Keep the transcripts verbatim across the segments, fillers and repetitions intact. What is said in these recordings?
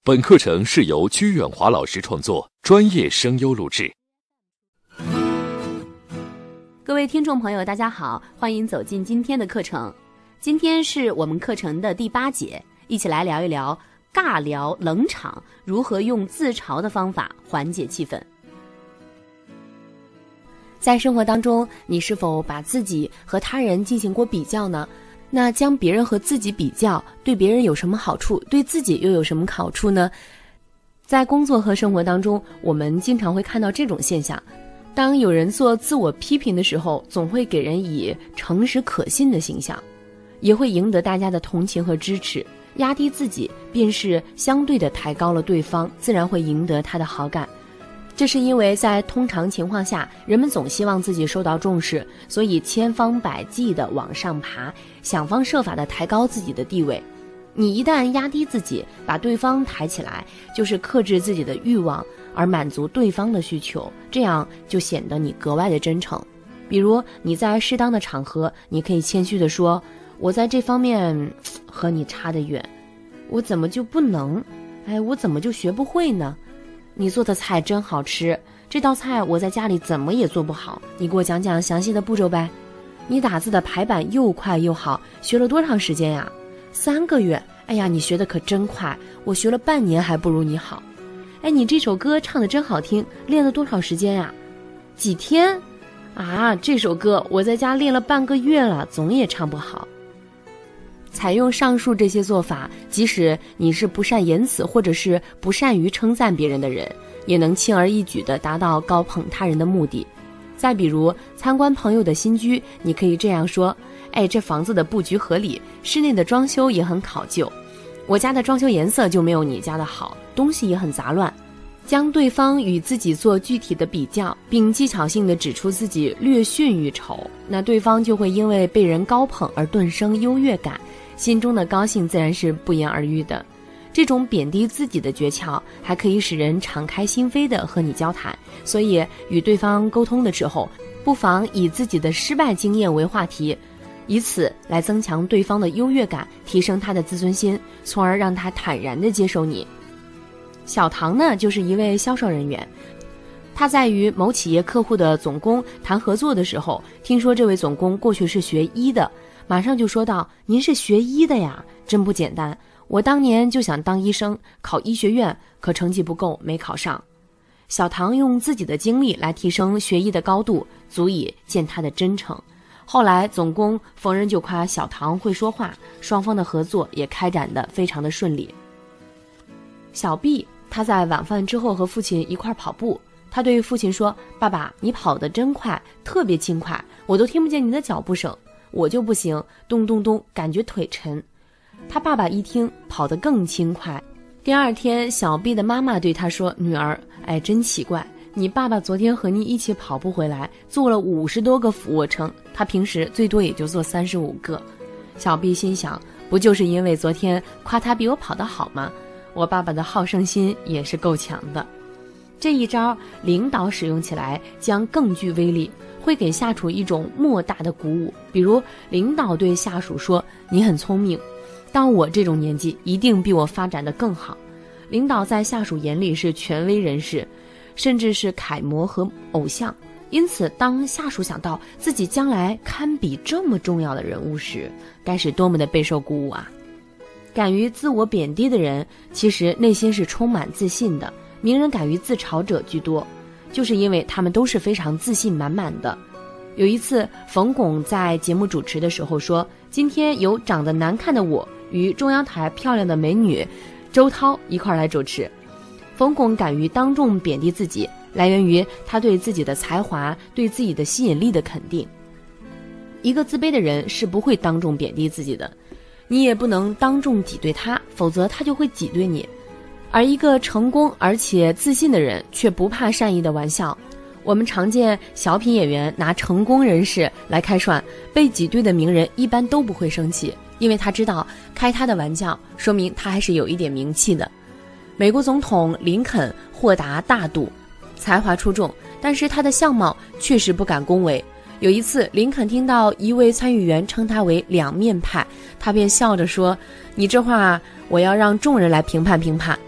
本课程是由居远华老师创作，专业声优录制。 各位听众朋友大家好，欢迎走进今天的课程。今天是我们课程的第八节，一起来聊一聊尬聊冷场如何用自嘲的方法缓解气氛。在生活当中，你是否把自己和他人进行过比较呢？那将别人和自己比较，对别人有什么好处，对自己又有什么好处呢？在工作和生活当中，我们经常会看到这种现象。当有人做自我批评的时候，总会给人以诚实可信的形象，也会赢得大家的同情和支持。压低自己，便是相对的抬高了对方，自然会赢得他的好感。这是因为在通常情况下，人们总希望自己受到重视，所以千方百计地往上爬，想方设法地抬高自己的地位。你一旦压低自己，把对方抬起来，就是克制自己的欲望，而满足对方的需求，这样就显得你格外的真诚。比如你在适当的场合，你可以谦虚地说，我在这方面和你差得远，我怎么就不能？哎，我怎么就学不会呢？你做的菜真好吃，这道菜我在家里怎么也做不好，你给我讲讲详细的步骤呗。你打字的排版又快又好，学了多长时间呀？三个月。哎呀，你学的可真快，我学了半年还不如你好。哎，你这首歌唱的真好听，练了多少时间呀？几天？啊，这首歌我在家练了半个月了，总也唱不好。采用上述这些做法，即使你是不善言辞或者是不善于称赞别人的人，也能轻而易举地达到高捧他人的目的。再比如参观朋友的新居，你可以这样说，哎，这房子的布局合理，室内的装修也很考究，我家的装修颜色就没有你家的好，东西也很杂乱。将对方与自己做具体的比较，并技巧性地指出自己略逊于筹，那对方就会因为被人高捧而顿生优越感，心中的高兴自然是不言而喻的。这种贬低自己的诀窍，还可以使人敞开心扉地和你交谈，所以与对方沟通的时候，不妨以自己的失败经验为话题，以此来增强对方的优越感，提升他的自尊心，从而让他坦然地接受你。小唐呢，就是一位销售人员，他在与某企业客户的总工谈合作的时候，听说这位总工过去是学医的，马上就说道，您是学医的呀，真不简单，我当年就想当医生，考医学院，可成绩不够，没考上。小唐用自己的经历来提升学医的高度，足以见他的真诚。后来总工逢人就夸小唐会说话，双方的合作也开展得非常的顺利。小毕他在晚饭之后和父亲一块跑步，他对父亲说，爸爸，你跑得真快，特别轻快，我都听不见你的脚步声，我就不行，咚咚咚，感觉腿沉。他爸爸一听，跑得更轻快。第二天，小毕的妈妈对他说，女儿，哎，真奇怪，你爸爸昨天和你一起跑步回来，做了五十多个俯卧撑，他平时最多也就做三十五个。小毕心想，不就是因为昨天夸他比我跑得好吗？我爸爸的好胜心也是够强的。这一招领导使用起来将更具威力，会给下属一种莫大的鼓舞。比如领导对下属说，你很聪明，到我这种年纪一定比我发展得更好。领导在下属眼里是权威人士，甚至是楷模和偶像，因此当下属想到自己将来堪比这么重要的人物时，该是多么的备受鼓舞啊。敢于自我贬低的人，其实内心是充满自信的，名人敢于自嘲者居多，就是因为他们都是非常自信满满的。有一次冯巩在节目主持的时候说，今天由长得难看的我与中央台漂亮的美女周涛一块来主持。冯巩敢于当众贬低自己，来源于他对自己的才华，对自己的吸引力的肯定。一个自卑的人是不会当众贬低自己的，你也不能当众挤兑他，否则他就会挤兑你。而一个成功而且自信的人却不怕善意的玩笑。我们常见小品演员拿成功人士来开涮，被挤兑的名人一般都不会生气，因为他知道开他的玩笑说明他还是有一点名气的。美国总统林肯豁达大度，才华出众，但是他的相貌确实不敢恭维。有一次林肯听到一位参议员称他为两面派，他便笑着说，你这话我要让众人来评判评判。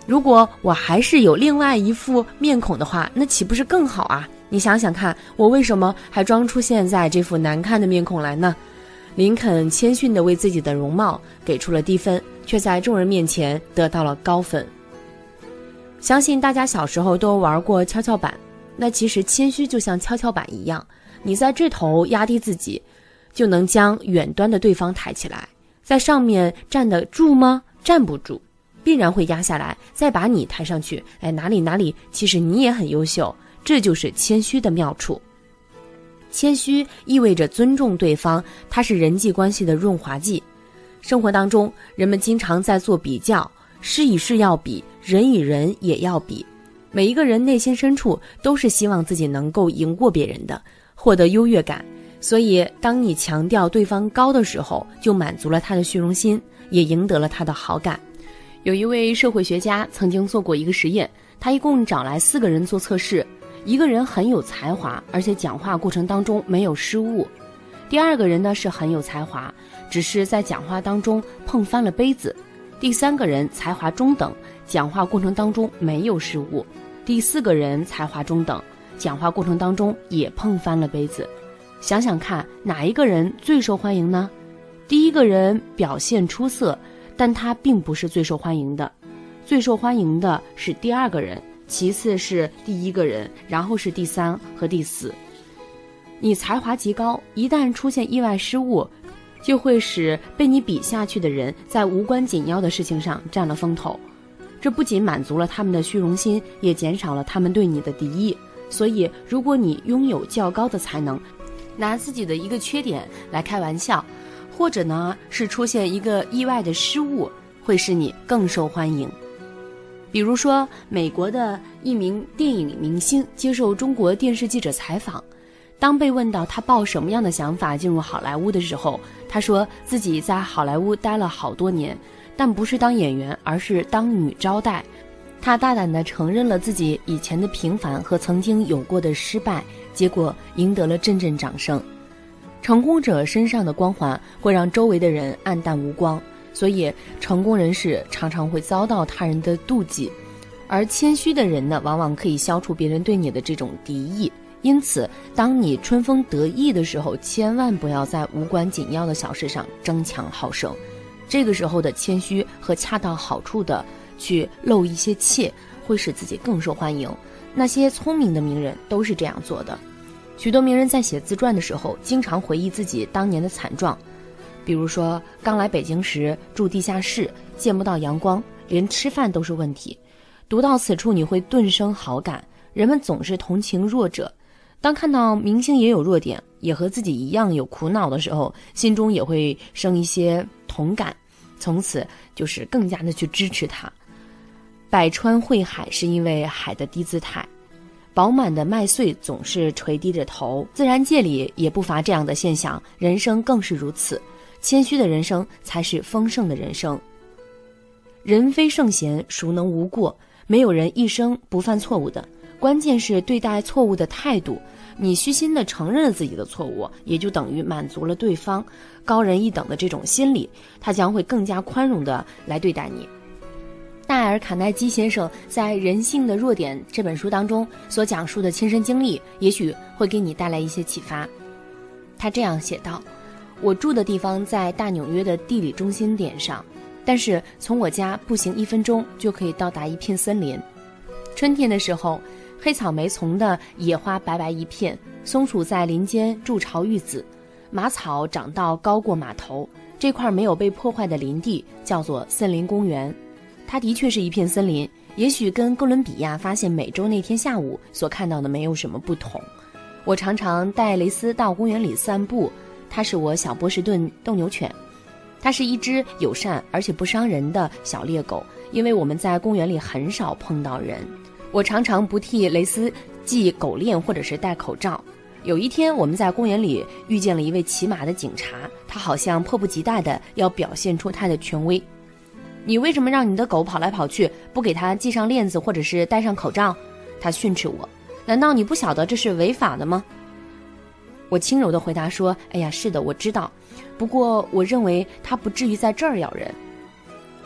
如果我还是有另外一副面孔的话，那岂不是更好啊？你想想看，我为什么还装出现在这副难看的面孔来呢？林肯谦逊地为自己的容貌给出了低分，却在众人面前得到了高分。相信大家小时候都玩过跷跷板，那其实谦虚就像跷跷板一样，你在这头压低自己，就能将远端的对方抬起来。在上面站得住吗？站不住，必然会压下来，再把你抬上去。哎，哪里哪里，其实你也很优秀，这就是谦虚的妙处。谦虚意味着尊重对方，它是人际关系的润滑剂。生活当中，人们经常在做比较，事与事要比，人与人也要比。每一个人内心深处都是希望自己能够赢过别人的，获得优越感。所以当你强调对方高的时候，就满足了他的虚荣心，也赢得了他的好感。有一位社会学家曾经做过一个实验，他一共找来四个人做测试，一个人很有才华，而且讲话过程当中没有失误。第二个人呢是很有才华，只是在讲话当中碰翻了杯子。第三个人才华中等，讲话过程当中没有失误。第四个人才华中等，讲话过程当中也碰翻了杯子。想想看，哪一个人最受欢迎呢？第一个人表现出色，但他并不是最受欢迎的。最受欢迎的是第二个人，其次是第一个人，然后是第三和第四。你才华极高，一旦出现意外失误，就会使被你比下去的人在无关紧要的事情上占了风头。这不仅满足了他们的虚荣心，也减少了他们对你的敌意。所以如果你拥有较高的才能，拿自己的一个缺点来开玩笑，或者呢是出现一个意外的失误，会使你更受欢迎。比如说，美国的一名电影明星接受中国电视记者采访，当被问到他抱什么样的想法进入好莱坞的时候，他说自己在好莱坞待了好多年，但不是当演员，而是当女招待。他大胆地承认了自己以前的平凡和曾经有过的失败，结果赢得了阵阵掌声。成功者身上的光环会让周围的人黯淡无光，所以成功人士常常会遭到他人的妒忌，而谦虚的人呢，往往可以消除别人对你的这种敌意。因此，当你春风得意的时候，千万不要在无关紧要的小事上争强好胜。这个时候的谦虚和恰到好处的去露一些怯，会使自己更受欢迎。那些聪明的名人都是这样做的。许多名人在写自传的时候，经常回忆自己当年的惨状，比如说刚来北京时住地下室，见不到阳光，连吃饭都是问题。读到此处，你会顿生好感。人们总是同情弱者，当看到明星也有弱点，也和自己一样有苦恼的时候，心中也会生一些同感，从此就是更加的去支持他。百川汇海是因为海的低姿态，饱满的麦穗总是垂低着头，自然界里也不乏这样的现象，人生更是如此。谦虚的人生才是丰盛的人生。人非圣贤，孰能无过？没有人一生不犯错误的，关键是对待错误的态度。你虚心地承认了自己的错误，也就等于满足了对方高人一等的这种心理，他将会更加宽容地来对待你。戴尔·卡耐基先生在《人性的弱点》这本书当中所讲述的亲身经历，也许会给你带来一些启发。他这样写道：我住的地方在大纽约的地理中心点上，但是从我家步行一分钟就可以到达一片森林。春天的时候，黑草莓丛的野花白白一片，松鼠在林间筑巢育子，马草长到高过马头。这块没有被破坏的林地叫做森林公园。它的确是一片森林，也许跟哥伦比亚发现美洲那天下午所看到的没有什么不同。我常常带雷斯到公园里散步，它是我小波士顿斗牛犬。它是一只友善而且不伤人的小猎狗，因为我们在公园里很少碰到人。我常常不替雷斯系狗链或者是戴口罩。有一天我们在公园里遇见了一位骑马的警察，他好像迫不及待地要表现出他的权威。你为什么让你的狗跑来跑去，不给它系上链子或者是戴上口罩？他训斥我。难道你不晓得这是违法的吗？我轻柔地回答说，哎呀，是的，我知道，不过我认为它不至于在这儿咬人。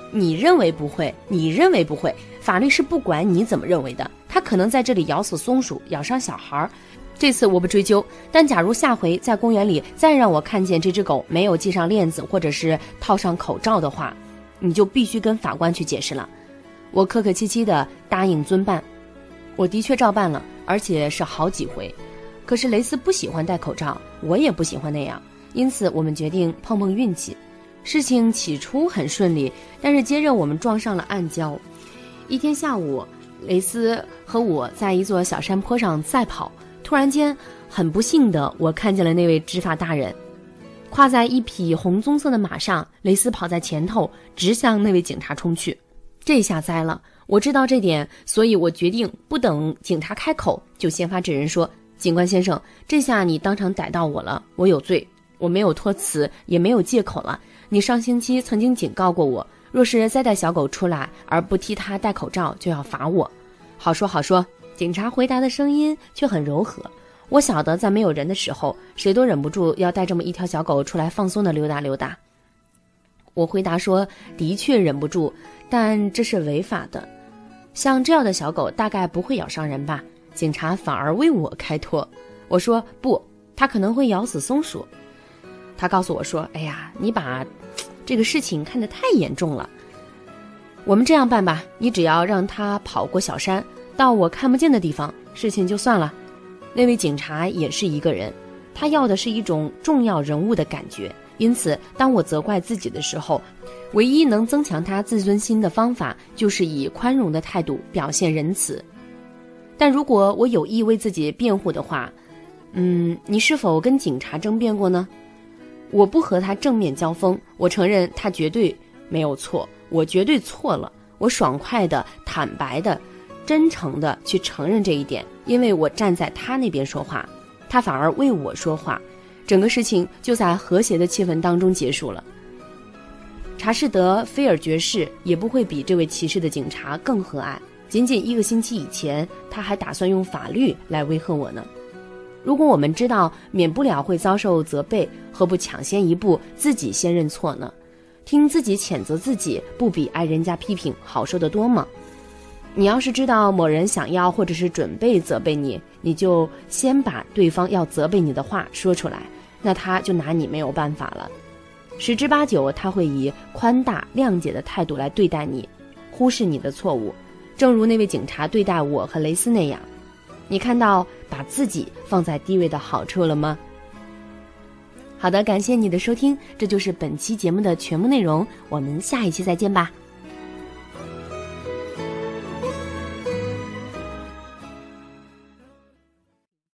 你认为不会，你认为不会，法律是不管你怎么认为的，他可能在这里咬死松鼠，咬伤小孩。这次我不追究，但假如下回在公园里再让我看见这只狗没有系上链子或者是套上口罩的话，你就必须跟法官去解释了。我客客气气地答应遵办，我的确照办了，而且是好几回。可是雷斯不喜欢戴口罩，我也不喜欢那样，因此我们决定碰碰运气。事情起初很顺利，但是接着我们撞上了暗礁。一天下午，雷斯和我在一座小山坡上赛跑，突然间很不幸的我看见了那位执法大人，跨在一匹红棕色的马上，雷斯跑在前头，直向那位警察冲去。这下栽了，我知道这点，所以我决定不等警察开口，就先发制人说，警官先生，这下你当场逮到我了，我有罪，我没有托辞，也没有借口了。你上星期曾经警告过我，若是再带小狗出来而不替它戴口罩，就要罚我。好说好说，警察回答的声音却很柔和。我晓得在没有人的时候，谁都忍不住要带这么一条小狗出来放松的溜达溜达。我回答说，的确忍不住，但这是违法的。像这样的小狗大概不会咬伤人吧？警察反而为我开脱。我说不，它可能会咬死松鼠。他告诉我说，哎呀，你把这个事情看得太严重了。我们这样办吧，你只要让他跑过小山，到我看不见的地方，事情就算了。那位警察也是一个人，他要的是一种重要人物的感觉，因此当我责怪自己的时候，唯一能增强他自尊心的方法就是以宽容的态度表现仁慈。但如果我有意为自己辩护的话，嗯，你是否跟警察争辩过呢？我不和他正面交锋，我承认他绝对没有错，我绝对错了。我爽快的、坦白的、真诚的去承认这一点，因为我站在他那边说话，他反而为我说话，整个事情就在和谐的气氛当中结束了。查士德·菲尔爵士也不会比这位骑士的警察更和蔼，仅仅一个星期以前，他还打算用法律来威吓我呢。如果我们知道免不了会遭受责备，何不抢先一步，自己先认错呢？听自己谴责自己，不比挨人家批评好受得多吗？你要是知道某人想要或者是准备责备你，你就先把对方要责备你的话说出来，那他就拿你没有办法了。十之八九他会以宽大谅解的态度来对待你，忽视你的错误，正如那位警察对待我和雷斯那样。你看到把自己放在低位的好处了吗？好的，感谢你的收听，这就是本期节目的全部内容，我们下一期再见吧。